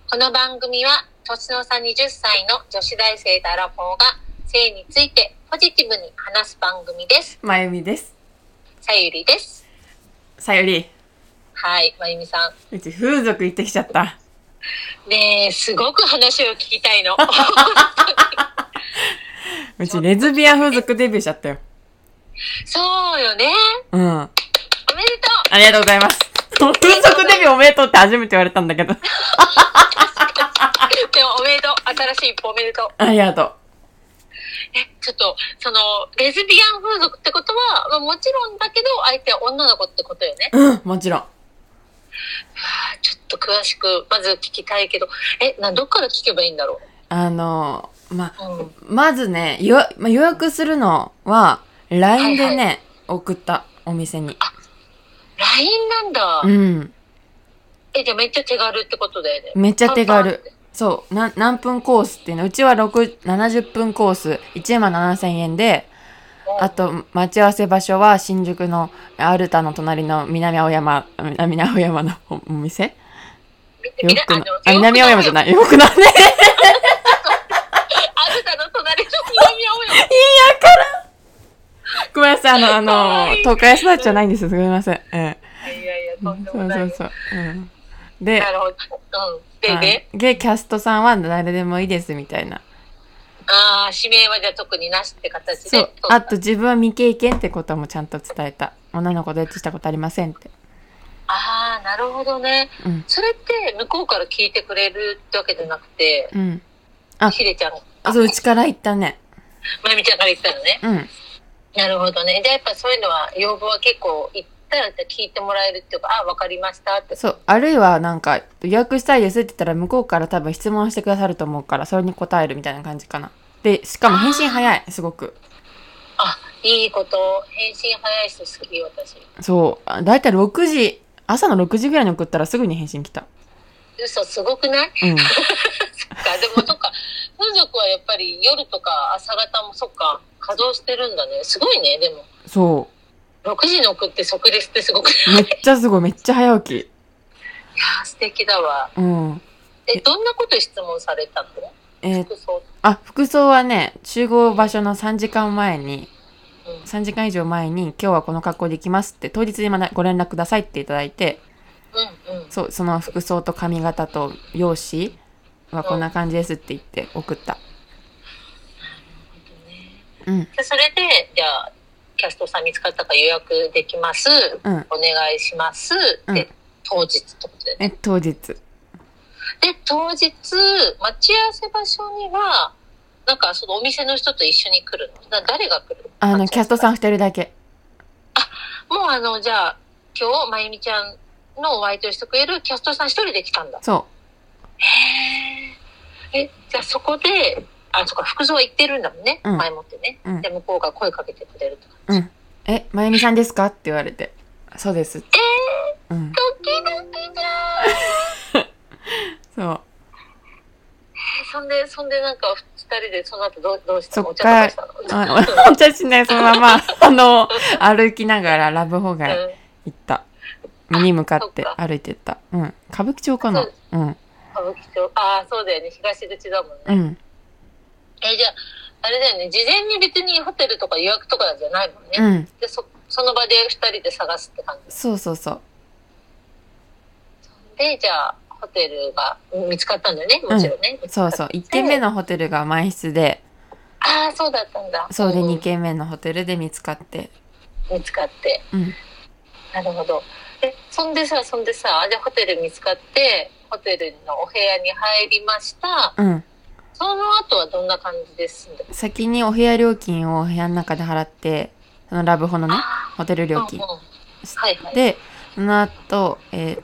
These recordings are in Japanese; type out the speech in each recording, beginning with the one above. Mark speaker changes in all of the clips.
Speaker 1: この番組は年の差20歳の女子大生とアラフォーが性についてポジティブに話す番組です。
Speaker 2: まゆみです。
Speaker 1: さゆりです。
Speaker 2: さゆり。
Speaker 1: はい、まゆみさん。
Speaker 2: うち風俗行ってきちゃった。
Speaker 1: ねえ、すごく話を聞きたいの。
Speaker 2: うちレズビアン風俗デビューしちゃったよ。
Speaker 1: そうよね。
Speaker 2: うん。
Speaker 1: おめでとう。
Speaker 2: ありがとうございます。風俗デビューおめでとうって初めて言われたんだけど。
Speaker 1: でもおめでとう。新しい一歩おめでとう。
Speaker 2: ありがとう。
Speaker 1: ちょっと、レズビアン風俗ってことは、まあ、もちろんだけど、相手は女の子ってことよね。
Speaker 2: うん、もちろん。
Speaker 1: ちょっと詳しく、まず聞きたいけど、どっから聞けばいいんだろう。
Speaker 2: まずね、予約するのは、LINE でね、はいはい、送った、お店に。
Speaker 1: あ、LINE なんだ。
Speaker 2: うん。
Speaker 1: じゃあめっちゃ手軽ってことだよね。
Speaker 2: めっちゃ手軽。そう。何分コースっていうの。うちは70分コース、17,000円で、あと、待ち合わせ場所は新宿のアルタの隣の南青山のお店南青山じゃない。よくないね。
Speaker 1: アルタの隣の南青山。いい
Speaker 2: やから。ごめんなさい、東海育ちじゃないんですよ。すみません。
Speaker 1: いや、とんでもない。
Speaker 2: そう。で、
Speaker 1: なるほど。
Speaker 2: で、キャストさんは誰でもいいですみたいな。
Speaker 1: 指名はじゃあ特になしって形で。
Speaker 2: そう。あと自分は未経験ってこともちゃんと伝えた。女の子とエッチしたことありませんって。
Speaker 1: なるほどね。うん、それって向こうから聞いてくれるってわけじゃなくて、
Speaker 2: うん。
Speaker 1: ひでちゃん。
Speaker 2: そう、うちから言ったね。
Speaker 1: まゆみちゃんから言ったのね。
Speaker 2: うん。
Speaker 1: なるほどね。じゃあやっぱそういうのは、要望は結構言ったら聞いてもらえるっていうか、わかりましたって。
Speaker 2: そう。あるいはなんか、予約したいですって言ったら向こうから多分質問してくださると思うから、それに答えるみたいな感じかな。で、しかも返信早い、すごく。
Speaker 1: いいこと。返信早い人好き、私。
Speaker 2: そう。だいたい朝の6時ぐらいに送ったらすぐに返信来た。
Speaker 1: 嘘、すごくない？
Speaker 2: うん。
Speaker 1: そっか、でもそっか。風俗はやっぱり夜とか朝方もそっか、稼働してるんだね。すごいね、でも。
Speaker 2: そう。
Speaker 1: 6時に送って即レスってすごくない？
Speaker 2: めっちゃすごい、めっちゃ早起き。
Speaker 1: いやー、素敵だわ。
Speaker 2: うん。
Speaker 1: どんなこと質問されたの？
Speaker 2: 服装はね、集合場所の3時間以上前に、今日はこの格好で行きますって、当日にご連絡くださいっていただいて、そう、その服装と髪型と容姿はこんな感じですって言って送った。なる
Speaker 1: ほどね。それで、じゃあ、キャストさん見つかったから予約できます。お願いします。で、当日ってことでね。
Speaker 2: 当日。
Speaker 1: で、当日、待ち合わせ場所には、なんかそのお店の人と一緒に来るの？誰が来るの？
Speaker 2: キャストさん2人だけ。
Speaker 1: もうじゃあ、今日、まゆみちゃんのお相手をしてくれるキャストさん1人で来たんだ。
Speaker 2: そう。
Speaker 1: じゃあそこで、そっか、服装は行ってるんだもんね。前もってね。で、向こうが声かけてくれるとか。
Speaker 2: まゆみさんですかって言われて。そうです。
Speaker 1: ドキドキじゃん。
Speaker 2: そう。
Speaker 1: そんでなんか二人でその後どうしたの？
Speaker 2: お茶とかしたの？お茶しない、そのまま、歩きながらラブホ街行った。に向かって歩いてった。うん。歌舞伎町かな？うん。
Speaker 1: 歌舞伎町。そうだよね。東口だもんね。
Speaker 2: うん。
Speaker 1: じゃあ、あれだよね。事前に別にホテルとか予約とかじゃないもんね。
Speaker 2: うん。
Speaker 1: で、その場で二人で探すって感じ。
Speaker 2: そう。
Speaker 1: で、じゃあ、ホテルが見つかったんだよね、もちろんね。
Speaker 2: そう。1軒目のホテルが満室で。
Speaker 1: そうだったんだ。
Speaker 2: そうで、2軒目のホテルで見つかって。
Speaker 1: うん。なるほど。そんでさ、じゃあホテル見つかって、ホテルのお部屋に入りました。
Speaker 2: うん。
Speaker 1: その後はどんな感じですんで？
Speaker 2: 先にお部屋料金を部屋の中で払って、そのラブホのね、ホテル料金。で、その後、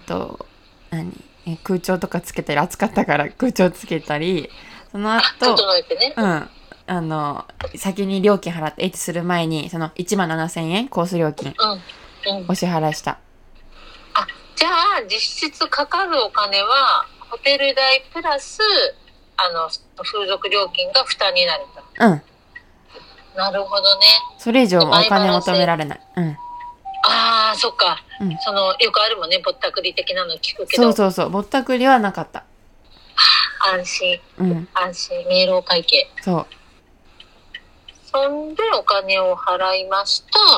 Speaker 2: 空調とかつけたり、暑かったから空調つけたり、その後、
Speaker 1: 整えてね。
Speaker 2: 先に料金払ってエッチする前に、その17,000円コース料金、お支払いした。
Speaker 1: じゃあ、実質かかるお金は、ホテル代プラス、風俗料金が負担になるんだ。
Speaker 2: うん。
Speaker 1: なるほどね。
Speaker 2: それ以上お金求められない。うん。
Speaker 1: そっか。よくあるもんね、ぼったくり的なの聞くけ
Speaker 2: ど。そう。ぼったくりはなかった。
Speaker 1: 安心、明朗会計。
Speaker 2: そう。
Speaker 1: そんでお金を払いました。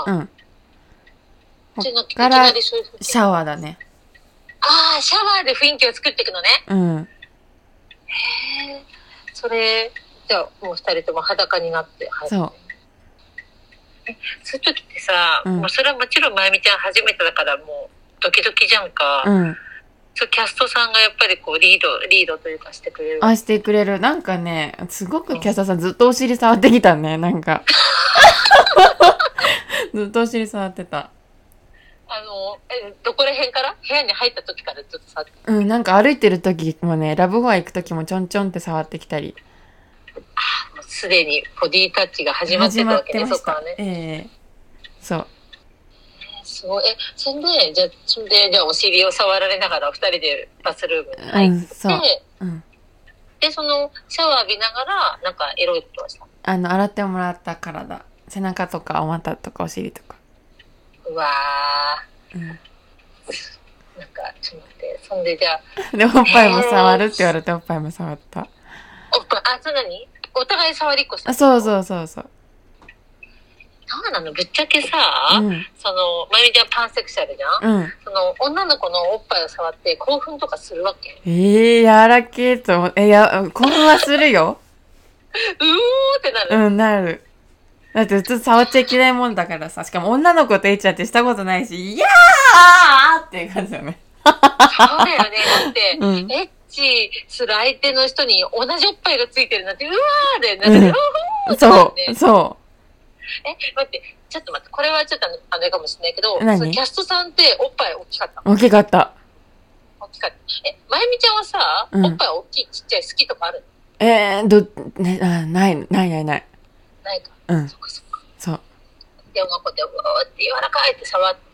Speaker 2: こっからシャワーだね。
Speaker 1: ああ、シャワーで雰囲気を作っていくのね。へえ。それ、じゃあもう2人とも裸になって入る。
Speaker 2: そう。
Speaker 1: そういう時ってさ、もうそれはもちろんまゆみちゃん初めてだからもうドキドキじゃんか。そうキャストさんがやっぱりこうリードというかしてくれる。
Speaker 2: してくれる。なんかね、すごくキャストさんずっとお尻触ってきたね、なんか。ずっとお尻触ってた。
Speaker 1: どこら辺から部屋に入った時からずっと触ってた。
Speaker 2: なんか歩いてる時もね、ラブホア行く時もちょんちょんって触ってきたり。
Speaker 1: もうすでにボディタッチが始まってたわけね、そこからね。
Speaker 2: そう。
Speaker 1: すごい。そんで、じゃあお尻を触られながら2人でバスルームに入って、で、そのシャワー浴びながら、なんかエロいことはした？
Speaker 2: 洗ってもらった体。背中とかお股とかお尻とか。
Speaker 1: うわー。なんか、ちょっと待って。そんでじゃあ。
Speaker 2: で、おっぱいも触るって言われておっぱいも触った。
Speaker 1: おっぱい、そう何？お互い触りっこした？
Speaker 2: そう。
Speaker 1: そうなの？ぶっちゃけさ、その、まゆみちゃんパンセクシャルじゃん？その、女の子のおっぱいを触って興奮とかするわけ？
Speaker 2: 柔らけーと思って。興奮はするよ。
Speaker 1: うーってなる？
Speaker 2: なる。だって普通触っちゃいけないもんだからさ。しかも女の子とエッチャってしたことないし、いやーっていう感じだよね。
Speaker 1: そうだよね。だって、エッチする相手の人に同じおっぱいがついてるなんて、うわーで、なんか、
Speaker 2: そう。
Speaker 1: 待って、ちょっと待って、これはちょっとあれかもしれないけど、キャストさんっておっぱい大きかった？
Speaker 2: 大きかった。
Speaker 1: 大きかった。まゆみちゃんはさ、おっぱい大きい、ちっちゃい、好きとかある？
Speaker 2: ない。
Speaker 1: ないか。そっか。
Speaker 2: そう。
Speaker 1: で、こうやって、うわーって柔らかいって触って、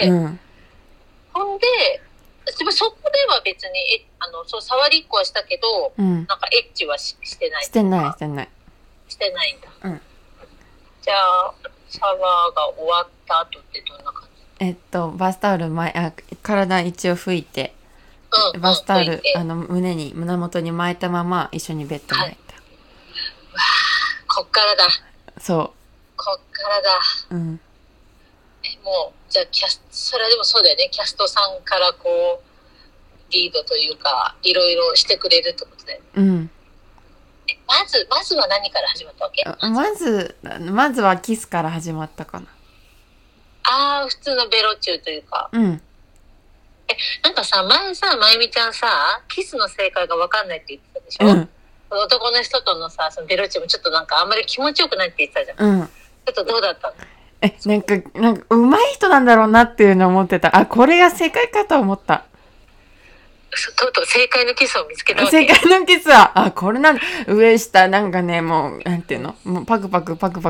Speaker 1: ほんで、そこでは別に、そう、触りっこはしたけど、なんかエッチはしてない。
Speaker 2: してない。
Speaker 1: してないんだ。じゃあ、シャワーが終わった後ってどんな感
Speaker 2: じ？バスタオル体一応拭いて、バスタオル、胸元に巻いたまま一緒にベッドに入った。
Speaker 1: こっからだ。
Speaker 2: そう。
Speaker 1: こっからだ。もう、じゃあそれはでもそうだよね。キャストさんからこう、リードというか、いろいろしてくれるってことだよね。まずは何から始まったわけ？
Speaker 2: まずはキスから始まったかな。
Speaker 1: 普通のベロチューというか。なんかさ、前さ、まゆみちゃんさ、キスの正解が分かんないって言ってたでしょ？男の人とのさ、そのベロチューもちょっとなんかあんまり気持ちよくないって言ってたじゃん。ちょっとどうだったの？
Speaker 2: なんか上手い人なんだろうなっていうのを思ってた。これが正解かと思った。
Speaker 1: とうとう正解のキスを見つけたわけ。
Speaker 2: 正解のキスは、これなんだ、上下なんかね、もう、なんていうの？もうパクパク。
Speaker 1: もうパク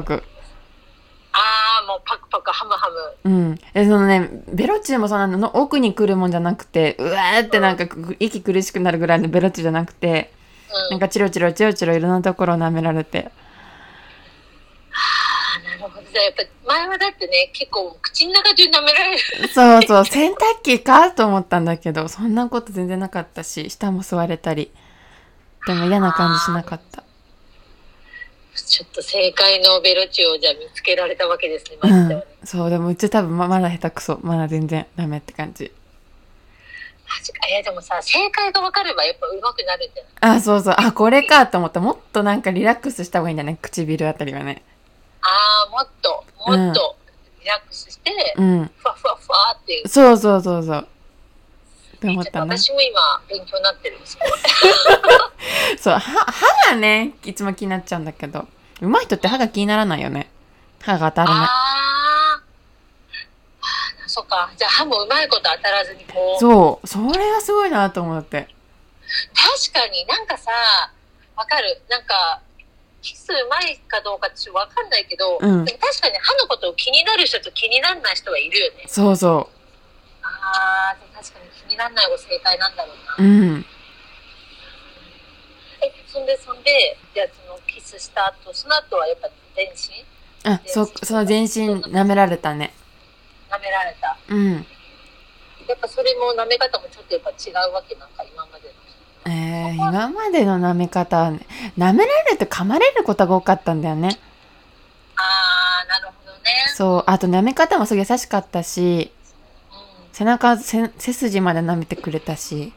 Speaker 1: パク、ハムハ
Speaker 2: ム。そのね、ベロチューもその奥に来るもんじゃなくて、うわーってなんか息苦しくなるぐらいのベロチューじゃなくて、なんかチロチロいろんなところを舐められて。
Speaker 1: なるほど。やっぱ前はだってね、結構口の中中舐められる。
Speaker 2: そう、洗濯機かと思ったんだけど、そんなこと全然なかったし、舌も吸われたり。でも嫌な感じしなかった。
Speaker 1: ちょっと正解のベロチューをじゃあ見つけられたわけですね、マジではね。
Speaker 2: そう、でもうち多分まだ下手くそ。まだ全然ダメって感じ。
Speaker 1: でもさ、正解が分かればやっぱ上手くなるんじゃない？
Speaker 2: そう。これかと思った。もっとなんかリラックスした方がいいんだね、唇あたりはね。
Speaker 1: もっとリラックスして、ふわふわっていう。
Speaker 2: そう。って思ったね。
Speaker 1: 私も今勉強になってるんですよ。
Speaker 2: そう、歯がね、いつも気になっちゃうんだけど、上手い人って歯が気にならないよね。歯が当たらない。
Speaker 1: そっか。じゃあ歯もうまいこと当たらずにこう。
Speaker 2: そう、それがすごいなと思って。
Speaker 1: 確かになんかさ、わかる。なんか、キスうまいかどうかちょっとわかんないけど、でも確かに歯のことを気になる人と気にならない人はいるよね。
Speaker 2: そう。
Speaker 1: でも確かに気にならない方が正解なんだろうな。そんで、じゃあそのキスした後、その後はやっぱ全身？
Speaker 2: その全身舐められたね。
Speaker 1: 舐められた。やっぱそれも舐め方もちょっとやっぱ違うわけなんか今までの。
Speaker 2: 今までの舐め方はね、舐められると噛まれることが多かったんだよね。
Speaker 1: なるほどね。
Speaker 2: そう、あと舐め方もすごい優しかったし、背中、背筋まで舐めてくれたし。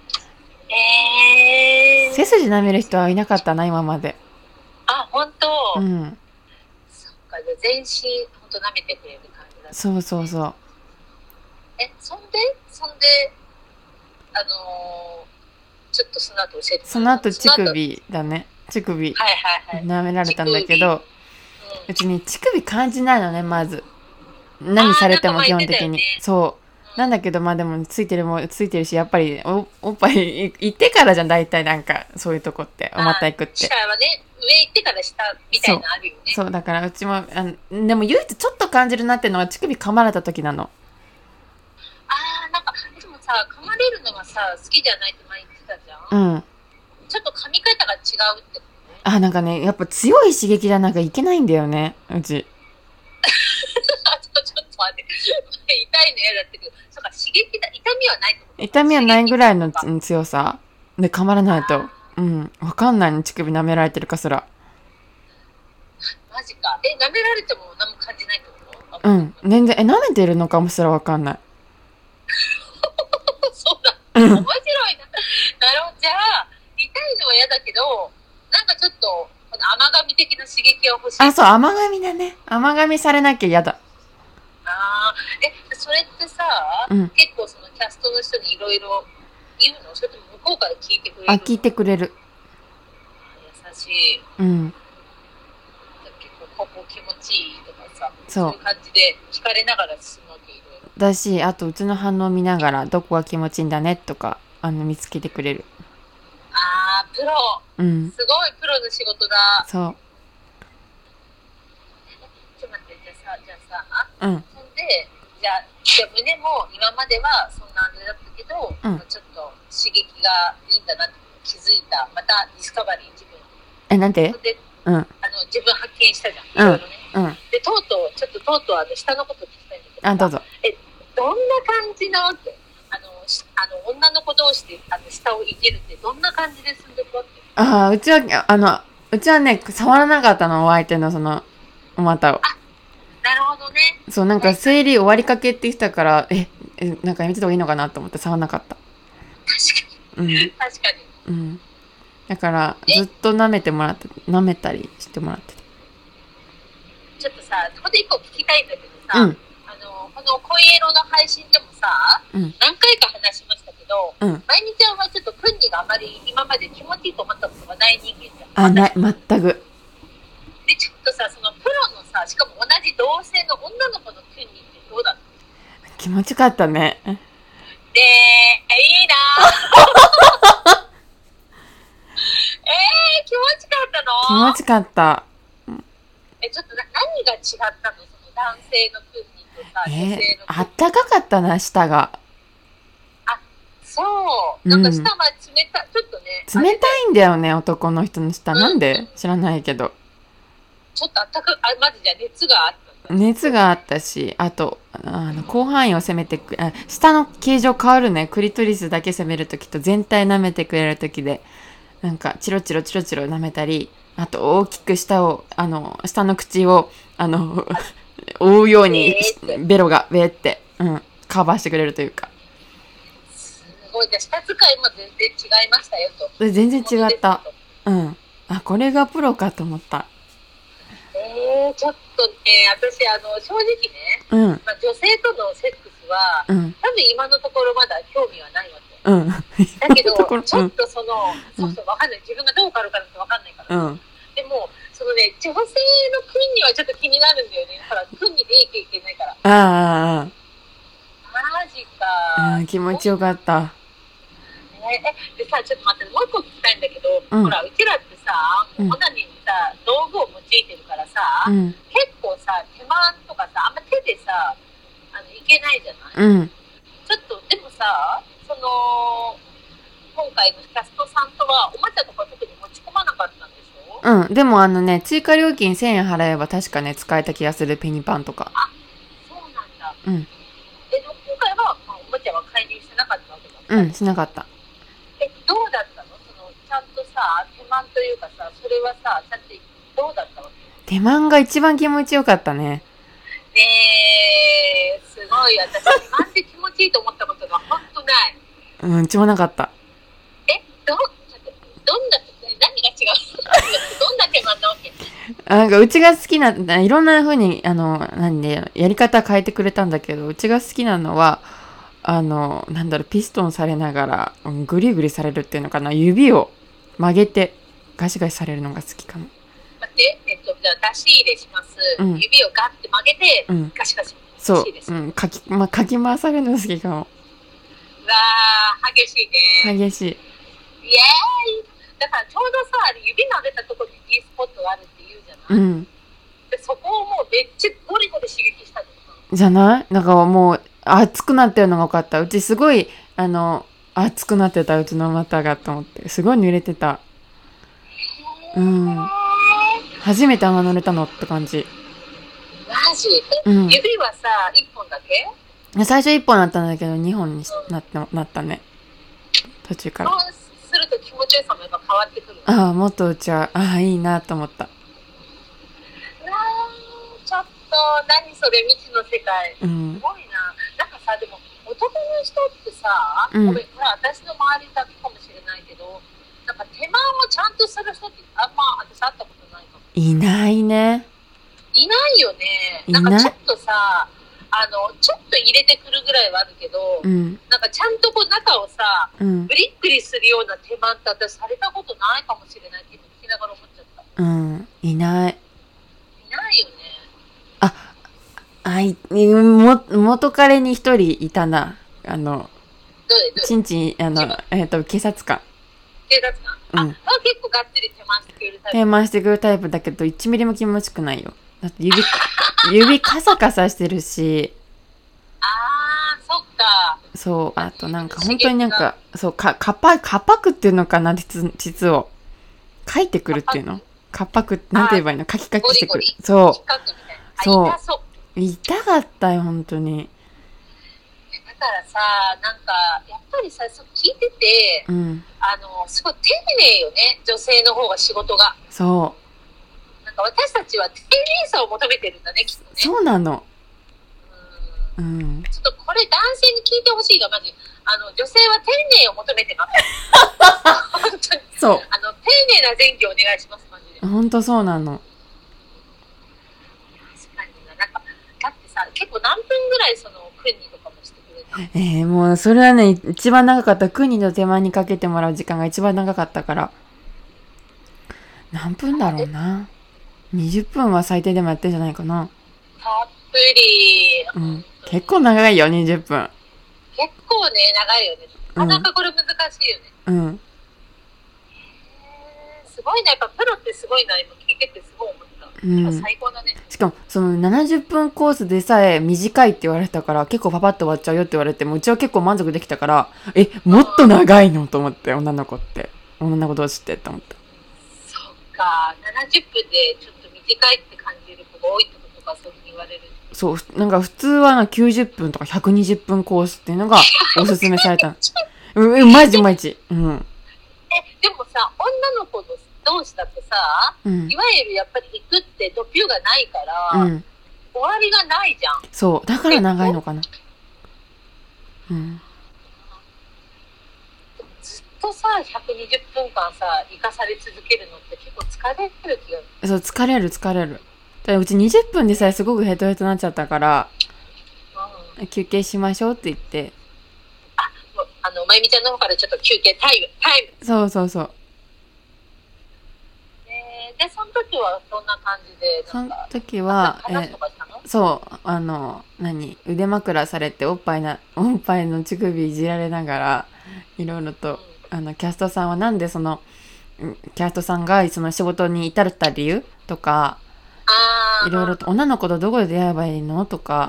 Speaker 2: 背筋舐める人はいなかったな、今まで。
Speaker 1: あ、本当。
Speaker 2: うん。
Speaker 1: そっか、全身ほんと舐めてくれる感じだった、ね。
Speaker 2: そうそうそう。
Speaker 1: そんで、ちょっとその後教えて。
Speaker 2: その後乳首だね。乳首。
Speaker 1: はいはいはい。
Speaker 2: 舐められたんだけど、別に乳首感じないのね、まず。何されても基本的に。そう。なんだけど、まあでもついてるし、やっぱりおっぱい行ってからじゃん、大体なんか、そういうとこって、お股行くって。
Speaker 1: 下はね、上行ってから下みたいなのあるよね。
Speaker 2: そう、だからうちも、でも唯一ちょっと感じるなっていうのが乳首噛まれた時なの。
Speaker 1: なんか、でもさ、噛まれるのがさ、好きじゃないって前言ってたじゃん。うん。ちょっと噛み方が違うってことね。
Speaker 2: なんかね、やっぱ強い刺激じゃなんかいけないんだよね、うち。
Speaker 1: ちょっと待って。痛いの嫌だったけど、そうか、刺激だ、痛みはないってこと？
Speaker 2: 痛みはないぐらいの強さで噛まれないと。うん。わかんないの、乳首舐められてるかすら。
Speaker 1: マジか。舐められても何も感じないってこと？
Speaker 2: うん。全然、舐めてるのかもすらわかんない。
Speaker 1: そうだ。面白いな。なるほど。じゃあ、痛いのは嫌だけど、なんかちょっと、この甘噛み的な刺激が欲しい。
Speaker 2: そう、甘噛みだね。甘噛みされなきゃ嫌だ。
Speaker 1: それってさ、結構そのキャストの人にいろいろ言うの？それとも向こうから聞いてくれるの？
Speaker 2: 聞いてくれる。
Speaker 1: 優しい。うん。結構ここ気持ちいいとかさ、そういう感じで聞かれながら進むわけいろいろ。
Speaker 2: だし、あとうちの反応見ながらどこが気持ちいいんだねとか見つけてくれる。
Speaker 1: プロ。うん。すごいプロの仕事だ。
Speaker 2: そう。
Speaker 1: ちょっと待って、じゃあさ、うん。そんで、じゃあ胸も今まではそんなあれだったけど、ちょっと刺激がいいんだなって気づいた。またディスカバリー自分。
Speaker 2: なんて？
Speaker 1: で、自分発見したじゃん。いろいろね。で、とうとう下のこと聞きたいんだけど。
Speaker 2: どうぞ。
Speaker 1: どんな感じなわけ？女の子同士で下をいじるってどんな感じで進んでいくわけ？
Speaker 2: うちはね、触らなかったの、お相手のそのお股を。
Speaker 1: なるほどね。
Speaker 2: そう、なんか生理終わりかけって言ってたから、なんかやめてた方がいいのかなと思って触らなかった。
Speaker 1: 確かに。確かに。
Speaker 2: うん。だからずっと舐めめたりしてもらってた。
Speaker 1: ちょっとさ、ここで一個聞きたいんだけどさ、この恋エロの配信でもさ、何回か話しましたけど、まゆみちゃんはちょっとプンニがあまり今まで気持ちいいと思ったことがない人間じゃん。
Speaker 2: ない、全く。
Speaker 1: で、ちょっとさ、そのプロのさ、しかも同じ同性の女の子のプンニってどうだった？
Speaker 2: 気持ちよかったね。
Speaker 1: いいなぁ。気持ちよかったの？
Speaker 2: 気持ちよかった。
Speaker 1: ちょっと何が違ったの？その男性のプンニとさ、女性のプンニ。
Speaker 2: あったかかったな、舌が。
Speaker 1: そう。なんか舌は冷たい、ちょっと
Speaker 2: ね。冷たいんだよね、男の人の舌。なんで？知らないけど。
Speaker 1: ちょっとあったか、まずじゃあ熱があった。
Speaker 2: 熱があったし、あと、広範囲を攻めて舌の形状変わるね。クリトリスだけ攻めるときと全体舐めてくれるときで、なんか、チロチロ舐めたり、あと大きく下の口を、覆うように、ベロが、べーって、カバーしてくれるというか。
Speaker 1: すごい。じゃあ、舌使いも全然違いましたよと。
Speaker 2: 全然違った。これがプロかと思った。
Speaker 1: ちょっとね、私、正直ね、女性とのセックスは、多分今のところまだ興味はないわけ。だけど、ちょっとそう、わかんない。自分がどう変わるかってわかんないから。でも、そのね、女性の君にはちょっと気になるんだよね。だから、君にでいいけないから。マジか。
Speaker 2: 気持ちよかった。
Speaker 1: でさ、ちょっと待って、もう一個聞きたいんだけど、ほら、うちらってさ、オナニーにさ、道具を用いてるからさ、結構さ、手間とかさ、あんま手でさ、いけないじゃない？ちょっと、でもさ、今回のキャストさんとは、おもちゃとか特に持ち込まなかったんでしょ？
Speaker 2: でも追加料金1000円払えば確かね、使えた気がする、ペニパンとか。
Speaker 1: そうなんだ。でも今回は、おもちゃは介入してなかったわけだ。
Speaker 2: しなかった。
Speaker 1: どうだったの？ちゃん手間というかさ、それはさ、ちゃんとどうだったわけ？
Speaker 2: 手間が一番気持ちよかったね。
Speaker 1: すごい。私、手間って気持ちいいと思ったことが本当ない。
Speaker 2: うちもなかった。
Speaker 1: どんな、何が違うどんな手間なわけ？
Speaker 2: なんかうちが好きな、いろんな風に、なんで、やり方変えてくれたんだけど、うちが好きなのは、なんだろう、ピストンされながら、グリグリされるっていうのかな、指を曲げて、ガシガシされるのが好きかも。
Speaker 1: 待って、じゃあ出し入れします。指をガッて曲げて、ガシガシ。
Speaker 2: そう、かき回されるの好きかも。
Speaker 1: うわー、激しいね。
Speaker 2: 激しい。イエー
Speaker 1: イ。だからちょうどさ、指撫でたところに G スポットがあるって言うじゃない？でそこをもうめっちゃゴリゴリ刺激したの
Speaker 2: じゃない？なんかもう熱くなってるのが分かった。うちすごい熱くなってた、うちの股がと思って、すごい濡れてた。初めて乗れたのって感じ。
Speaker 1: マジ？指はさ1本だけ？
Speaker 2: 最初1本だったんだけど2本になったね、途中から。
Speaker 1: すると気持ちよさもやっぱ変わってくる。
Speaker 2: もっとうちはいいなと思った。
Speaker 1: ちょっと何それ、未知の世界、すごいな。なんかさ、でも男の人ってさ、ごめん、これ私の周りだけかもしれないけど、なんか手間をちゃんとする人ってあんま私会ったことないかも。
Speaker 2: いないね。
Speaker 1: いないよね。なんかちょっとさ、ちょっと入れてくるぐらいはあるけど、なんかちゃんとこう中をさ、ブリックリするような手間って私されたことないかもしれないって聞きながら思っちゃった。
Speaker 2: いない。
Speaker 1: いないよね。
Speaker 2: 元彼に一人いたな。ちんちん、警察官。
Speaker 1: 警察官？結構がっつり手間してくれるタイプ。
Speaker 2: 手間してくれるタイプだけど、1ミリも気持ちくないよ。だって指カサカサしてるし。
Speaker 1: そっか。
Speaker 2: そう、あとなんか本当になんか、そう、かぱくっていうのかな、膣を。かいてくるっていうの？かっぱく、なんて言えばいいの？カキカキしてくる。そう。そう。痛かったよ、本当に。
Speaker 1: だからさ、なんか、やっぱりさ、聞いてて、すごい丁寧よね、女性の方が仕事が。
Speaker 2: そう。
Speaker 1: なんか私たちは丁寧さを求めてるんだね、きっとね。
Speaker 2: そうなの。
Speaker 1: ちょっとこれ男性に聞いてほしいが、まず、女性は丁寧を求めてます。本当に。そう。丁寧な前期お願いします、マジで。
Speaker 2: 本当そうなの。
Speaker 1: 確かにな。なんか、だってさ、結構何分ぐらいクンニとかもしてくれた？
Speaker 2: もうそれはね、一番長かった。クンニの手間にかけてもらう時間が一番長かったから。何分だろうな。20分は最低でもやってんじゃないかな。
Speaker 1: たっぷり。
Speaker 2: 結構長いよ、20分。
Speaker 1: 結構ね、長いよね。なかなかこれ難しいよね。すごいね。やっぱプロってすごいな。今聞いててすごい思った。最高だね。
Speaker 2: しかも、その70分コースでさえ短いって言われたから、結構パパッと終わっちゃうよって言われても、うちは結構満足できたから、もっと長いのと思って、女の子同士ってって思った。
Speaker 1: そっか、70分でちょっと短いって感じる子が多いってことか、そういうふうに言われる。
Speaker 2: そう、なんか普通は90分とか120分コースっていうのがおすすめされたの。マジ。でもさ、女の子同士だとさ、いわゆるやっぱり行くってドピューがないから、終わりがないじゃん。そう、だから長いのかな。ずっとさ、120分間さ、生かされ続けるのって結構疲れる気がする。 そう、疲れる。うち20分でさえすごくヘトヘトになっちゃったから、休憩しましょうって言って。
Speaker 1: まゆみちゃんの方からちょっと休憩タイム。
Speaker 2: そう。
Speaker 1: で、その時はどんな感じで？
Speaker 2: その時は、そう、腕枕されておっぱいの乳首いじられながら、いろいろと、キャストさんはなんでキャストさんがその仕事に至った理由とか、いろいろと女の子とどこで出会えばいいのとか、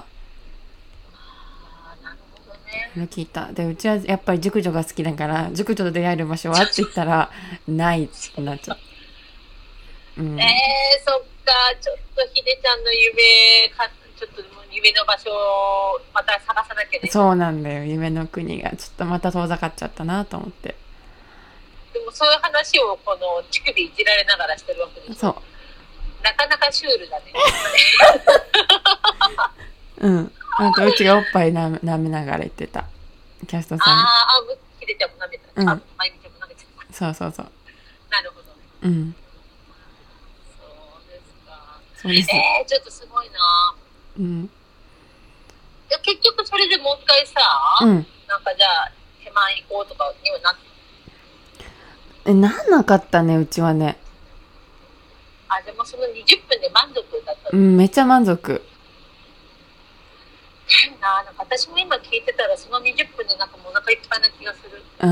Speaker 1: なるほどね。
Speaker 2: 聞いた。で、うちはやっぱり熟女が好きだから、熟女と出会える場所はって言ったら、ないってなっちゃった。
Speaker 1: そっか、ちょっとひでちゃんのちょっと夢の場所をまた探さなきゃね。
Speaker 2: そうなんだよ、夢の国がちょっとまた遠ざかっちゃったなと思って。
Speaker 1: でもそういう話をこの乳首いじられながらしてるわけでしょ。
Speaker 2: そう。
Speaker 1: なかなかシュールだね。
Speaker 2: うん。あとうちがおっぱい舐めながら言ってた。キャストさんに。
Speaker 1: ひでちゃんも舐めた。
Speaker 2: うん。
Speaker 1: まゆみちゃんも舐めてた。
Speaker 2: そうそうそう。
Speaker 1: なるほど。
Speaker 2: うん。
Speaker 1: そうですか。
Speaker 2: そうです。
Speaker 1: ちょっとすごいな。
Speaker 2: うん。
Speaker 1: 結局それでもう一回さ、
Speaker 2: うん。
Speaker 1: なんかじゃあ手前行こうとかにはなって
Speaker 2: なんなかったね、うちはね。
Speaker 1: でもその20分で満足だった。
Speaker 2: うん、めっちゃ満足。
Speaker 1: なんか私も今聞いてたらその20分でなんかもうお腹いっぱいな気がする。
Speaker 2: うん。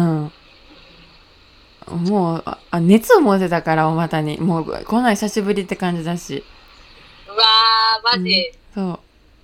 Speaker 2: もう、熱を持ってたから、お股に。もう、こんなん久しぶりって感じだし。
Speaker 1: うわー、マジ。
Speaker 2: そう。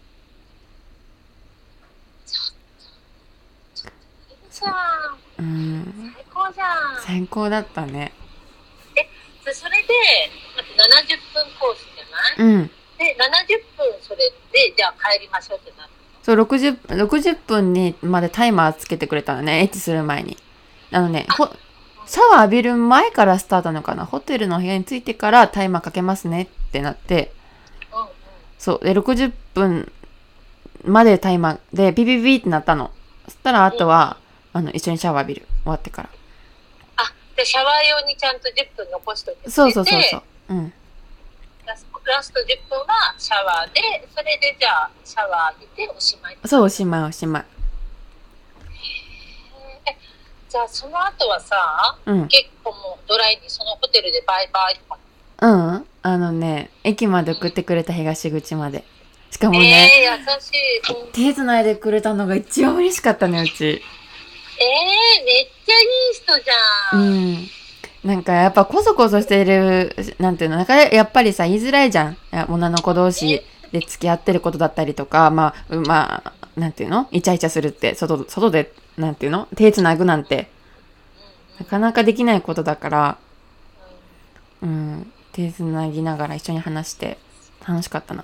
Speaker 1: ちょっといいじゃん。最高じゃん。
Speaker 2: 最高だったね。
Speaker 1: それで、70分コースじゃない？で、70分それで、じゃあ帰りましょうってなる。
Speaker 2: そう、60分にまでタイマーつけてくれたのね、エッチする前に。シャワー浴びる前からスタートなのかな。ホテルの部屋に着いてからタイマーかけますねってなって、そう、で、60分までタイマーでピピピってなったの。そしたらあとは、一緒にシャワー浴びる。終わってから。
Speaker 1: で、シャワー用にちゃんと10分残しといて。
Speaker 2: そう。うん。
Speaker 1: ラスト10分はシャワーで、それでじゃあシャワー浴びておしまい。
Speaker 2: そう、おしまい。
Speaker 1: じゃあその後はさ、結構もうドライにそのホテルでバイバイとか。
Speaker 2: 駅まで送ってくれた、東口まで。しかもね、
Speaker 1: 優しい。
Speaker 2: 手繋いでくれたのが一番嬉しかったね、うち。
Speaker 1: めっちゃいい人じゃん。
Speaker 2: なんかやっぱコソコソしてる、なんていうの、なんかやっぱりさ、言いづらいじゃん。女の子同士で付き合ってることだったりとか、まあ、なんていうの？イチャイチャするって、外で、なんていうの？手つなぐなんて、なかなかできないことだから、手つなぎながら一緒に話して、楽しかったな。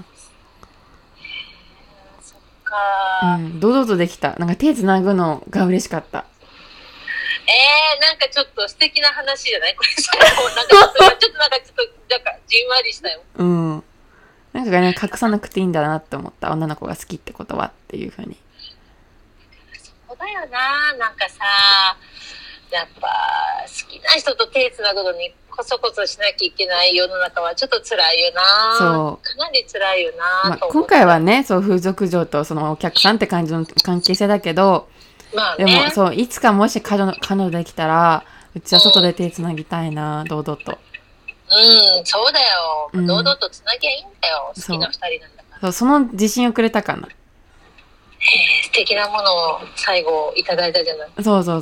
Speaker 1: そっか。
Speaker 2: 堂々とできた。なんか手つなぐのが嬉しかった。
Speaker 1: なんかちょっと素敵な話じゃないこれさ。なんかちょっとじんわりしたよ。
Speaker 2: なんかね、隠さなくていいんだなって思った。女の子が好きってことはっていうふうに。
Speaker 1: そうだよな。なんかさ、やっぱ好きな人と手つなぐのにコソコソしなきゃいけない世の中はちょっと辛いよな。そう。かなり辛いよな、
Speaker 2: 今回はね、そう、風俗嬢とそのお客さんって感じの関係性だけど、でもそう、いつかもし彼女できたら、うちは外で手つなぎたいな、堂々と。
Speaker 1: そうだよ。堂々とつなぎゃいいんだよ。好きな二人なんだから。
Speaker 2: そう、その自信をくれたかな。
Speaker 1: 素敵なものを最後いただいたじゃない。
Speaker 2: そう。
Speaker 1: でも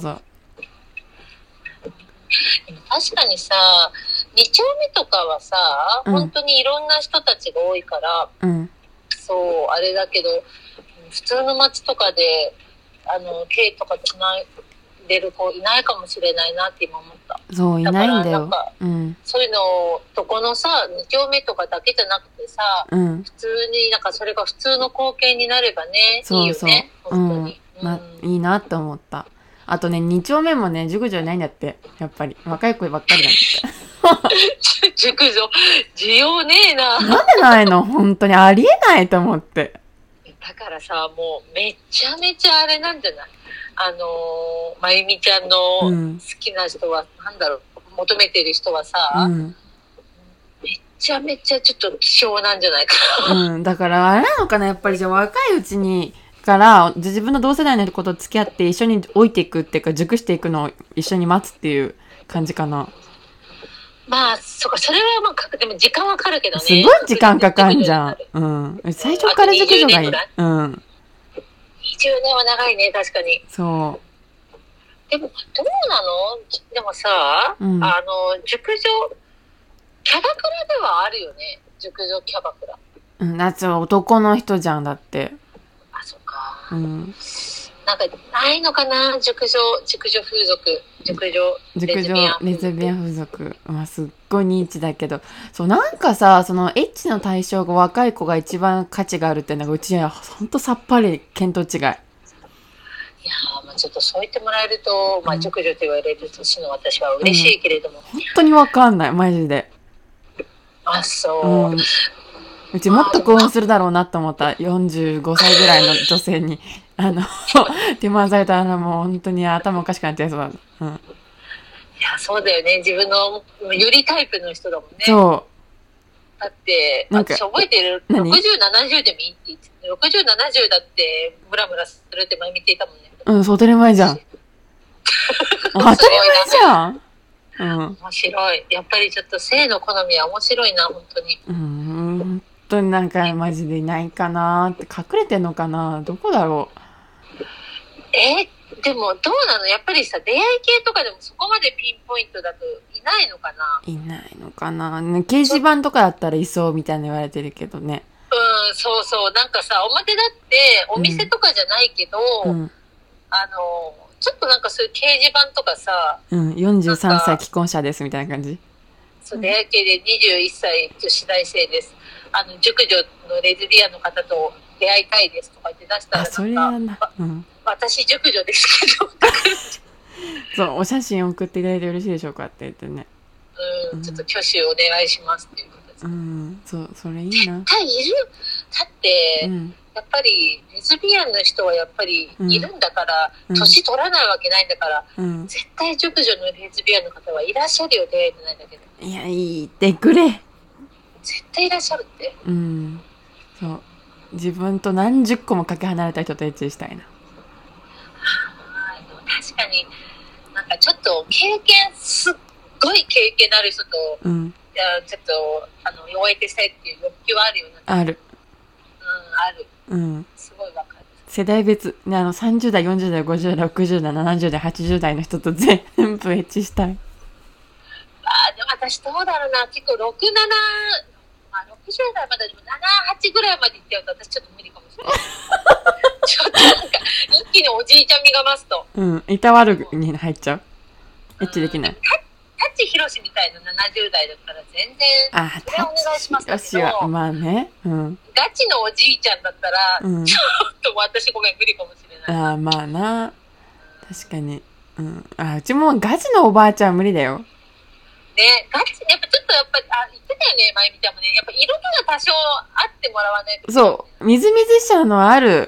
Speaker 1: 確かにさ、2丁目とかはさ、本当にいろんな人たちが多いから、そう、あれだけど、普通の街とかで、手とかつないでる子いないかもしれないなって今思った。
Speaker 2: そう、いないんだよ。
Speaker 1: そういうのを、どこのさ、2丁目とかだけじゃなくてさ、普通に、なんかそれが普通の光景になればね、いいよね、本当に。
Speaker 2: いいなって思った。あとね、2丁目もね、熟女いないんだって。やっぱり。若い子ばっかりなんだって。
Speaker 1: 熟女、需要ねえな。
Speaker 2: なんでないの？本当にありえないと思って。
Speaker 1: だからさ、もうめちゃめちゃあれなんじゃない？まゆみちゃんの好きな人は、なんだろう、求めてる人はさ、めちゃめちゃちょっと希少なんじゃないかな。
Speaker 2: だからあれなのかな、やっぱりじゃあ若いうちに、から自分の同世代の子と付き合って一緒に置いていくっていうか、熟していくのを一緒に待つっていう感じかな。
Speaker 1: まあ、そうか、それはまあ、でも時間はかかるけどね。
Speaker 2: すごい時間かかんじゃん。最初から熟女がいい。20
Speaker 1: 年は長いね、確かに。
Speaker 2: そう。
Speaker 1: でも、どうなの？でもさ、熟女、キャバクラではあるよね。熟女キャバクラ。
Speaker 2: だって男の人じゃん、だって。
Speaker 1: そっか。なんか、ないのかな？熟女風俗。
Speaker 2: レズビアン風俗。すっごいニッチだけど。そう、なんかさ、そのエッチの対象が若い子が一番価値があるっていうのが、うちはほんとさっぱり見当違い。
Speaker 1: いやー、 ちょっとそう言ってもらえると、まあ、熟女と言われる年の私は嬉しいけれども、
Speaker 2: 本当にわかんないマジで。
Speaker 1: あ、そう、
Speaker 2: うちもっと興奮するだろうなと思った。45歳ぐらいの女性に手回されたらもう本当に頭おかしくなっちゃいそうだ。
Speaker 1: いや、そうだよね。自分のよりタイプの人だもんね。
Speaker 2: そう。
Speaker 1: だって私覚えてる、60、70でもいいって言って60、70だってムラムラするって前見ていたもんね。
Speaker 2: そう、当たり前じゃん。当たり前じゃん。
Speaker 1: 面白い。やっぱりちょっと性の好みは面白いな、本当に。
Speaker 2: 本当になんかマジでいないかなって。隠れてんのかな、どこだろう。
Speaker 1: でもどうなの、やっぱりさ、出会い系とかでもそこまでピンポイントだといないのかな。
Speaker 2: いないのかな、掲示板とかだったらいそうみたいな言われてるけどね。
Speaker 1: そうそう。なんかさ、表だってお店とかじゃないけど、ちょっとなんかそういう掲示板とかさ、
Speaker 2: 43歳既婚者ですみたいな感じ。
Speaker 1: そう、出会い系で21歳女子大生です。熟女のレズビアンの方と出会いたいですとか言って出したら、
Speaker 2: それはな、
Speaker 1: 私熟女ですけど
Speaker 2: そう、お写真送っていただいてよろしいでしょうかって言ってね。
Speaker 1: ちょっと挙手お願いしますっていうこと
Speaker 2: です。そう、それいいな。
Speaker 1: 絶対いる。だって、やっぱりレズビアンの人はやっぱりいるんだから、年取らないわけないんだから、絶対熟女のレズビアンの方はいらっしゃるよ、出会えてないだけで。
Speaker 2: いや、言ってくれ。
Speaker 1: 絶対いらっしゃるって。
Speaker 2: そう。自分と何十個もかけ離れた人とエッチしたいな。
Speaker 1: 確かに、なんかちょっとすっごい経験のある人と、ちょっとお相手したいっていう欲求はあるよね。
Speaker 2: ある。
Speaker 1: ある。すごいわかる。
Speaker 2: 世代別ね、30代、40代、50代、60代、70代、80代の人と全部エッチしたい。
Speaker 1: でも私どうだろうな、結構6、7、60代まででも7、8ぐらいまで行っちゃうと私ちょっと無理かもしれない。ちょっとなんか一気におじいちゃん味が増すと。
Speaker 2: いたわるに入っちゃう。エッチできない。
Speaker 1: 舘ひろしみたいな70代だったら全然それお願いしますけど、
Speaker 2: まあね、
Speaker 1: ガチのおじいちゃんだったら、ちょっと私ごめん無理かもしれない。
Speaker 2: まあな、確かに。うちもガチのおばあちゃん無理だよ
Speaker 1: ね。ガチやっぱちょっと言ってたよね、まゆみちゃんもね。やっぱ色気が多少あってもらわないと。
Speaker 2: そう、みずみずしさのある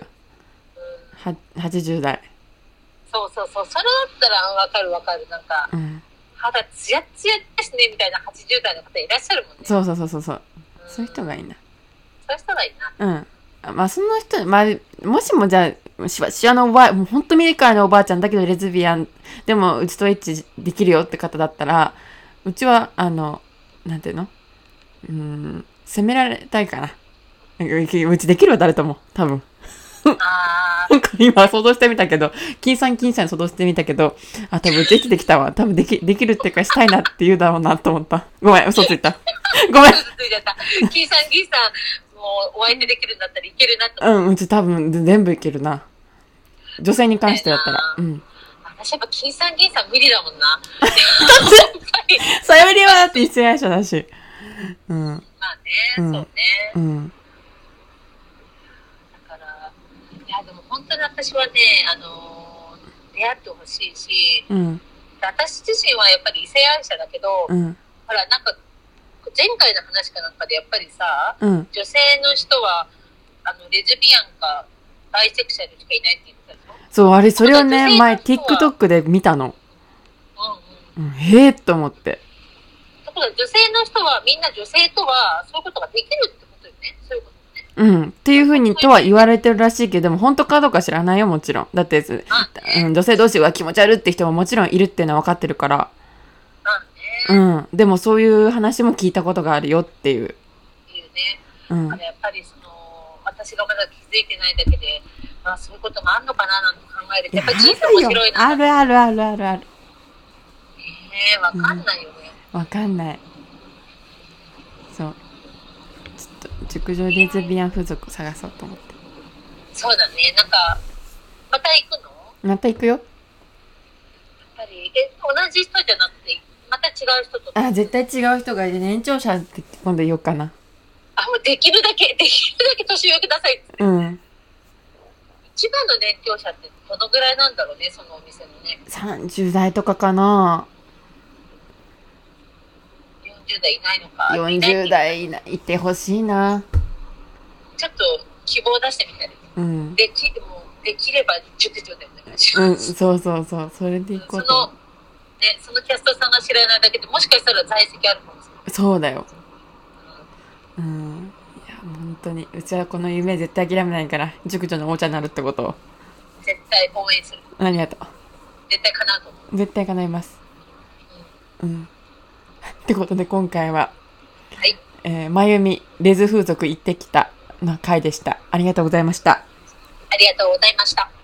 Speaker 2: 80代。
Speaker 1: そうそれだったらわかるなんか、肌ツヤツヤですねみたいな80代の方いらっしゃるもんね。そう
Speaker 2: そういう人がいいな。
Speaker 1: そういう人がいいな。
Speaker 2: まあその人、もしもじゃあシワのおばあ、もうほんと短いのおばあちゃんだけどレズビアンでもうちとエッチできるよって方だったら、うちはなんていうの、責められたいかな。うちできるわ誰とも多分。なんか今想像してみたけど、金さん想像してみたけど、多分できてきたわ。多分できるっていうかしたいなって言うだろうなと思った。ごめん、嘘ついた。ごめん。
Speaker 1: 嘘ついちゃった。金さん、もうお相手できるんだったらいけるなと。
Speaker 2: うち多分全部いけるな。女性に関してだったら。
Speaker 1: 私やっぱ金さん無理だもんな。
Speaker 2: それよりはだって一世愛者だし。
Speaker 1: まあね、そうね。でも本当に私はね、出会ってほしいし、私自身はやっぱり異性愛者だけど、ほらなんか前回の話かなんかでやっぱりさ、女性の人はレズビアンかバイセクシャルしかいないって言ってたでしょ。
Speaker 2: そう、それをね前 TikTok で見たの。へえと思って。
Speaker 1: だから女性の人はみんな女性とはそういうことができるってことよね。そういうこと。
Speaker 2: っていうふうにとは言われてるらしいけど、でも本当かどうか知らないよ、もちろん。だって、女性同士が気持ち悪いって人ももちろんいるっていうのは分かってるから。でもそういう話も聞いたことがあるよっていう。
Speaker 1: やっぱり私がまだ気づいてないだけで、そういうこともあるのかななんて考えると、やっぱり人生面白いな。
Speaker 2: ある。
Speaker 1: わかんないよね。
Speaker 2: わかんない。そう。熟女レズビアン風俗探そうと思って。
Speaker 1: そうだね。なんかまた行くの？
Speaker 2: また行くよ。やっ
Speaker 1: ぱり同じ人じゃなくてまた違う人と。
Speaker 2: 絶対違う人がいて、年長者って今度言おうかな。
Speaker 1: もうできるだけ年上くださいって。
Speaker 2: 行
Speaker 1: 一番の年長者ってどのぐらいなんだろうね、そのお店のね。
Speaker 2: 30代とかかな。
Speaker 1: 40代いないのか。
Speaker 2: 40代いてほしいな。
Speaker 1: ちょっと希望出してみたい。
Speaker 2: うん。
Speaker 1: できれば熟女でお願いし
Speaker 2: ます。うん、
Speaker 1: そ
Speaker 2: それでいこう
Speaker 1: と。そのキャストさんが知らないだけでもしかしたら在籍あるかもしれない。
Speaker 2: そうだよ。うん。いや、本当に。うちはこの夢絶対諦めないから、熟女のお茶になるってことを。
Speaker 1: 絶対応援する。
Speaker 2: ありがとう。
Speaker 1: 絶対叶うと思う。
Speaker 2: 絶対叶います。うん。ってことで今回は、はい。まゆみ、レズ風俗行ってきたの回でした。ありがとうございました。
Speaker 1: ありがとうございました。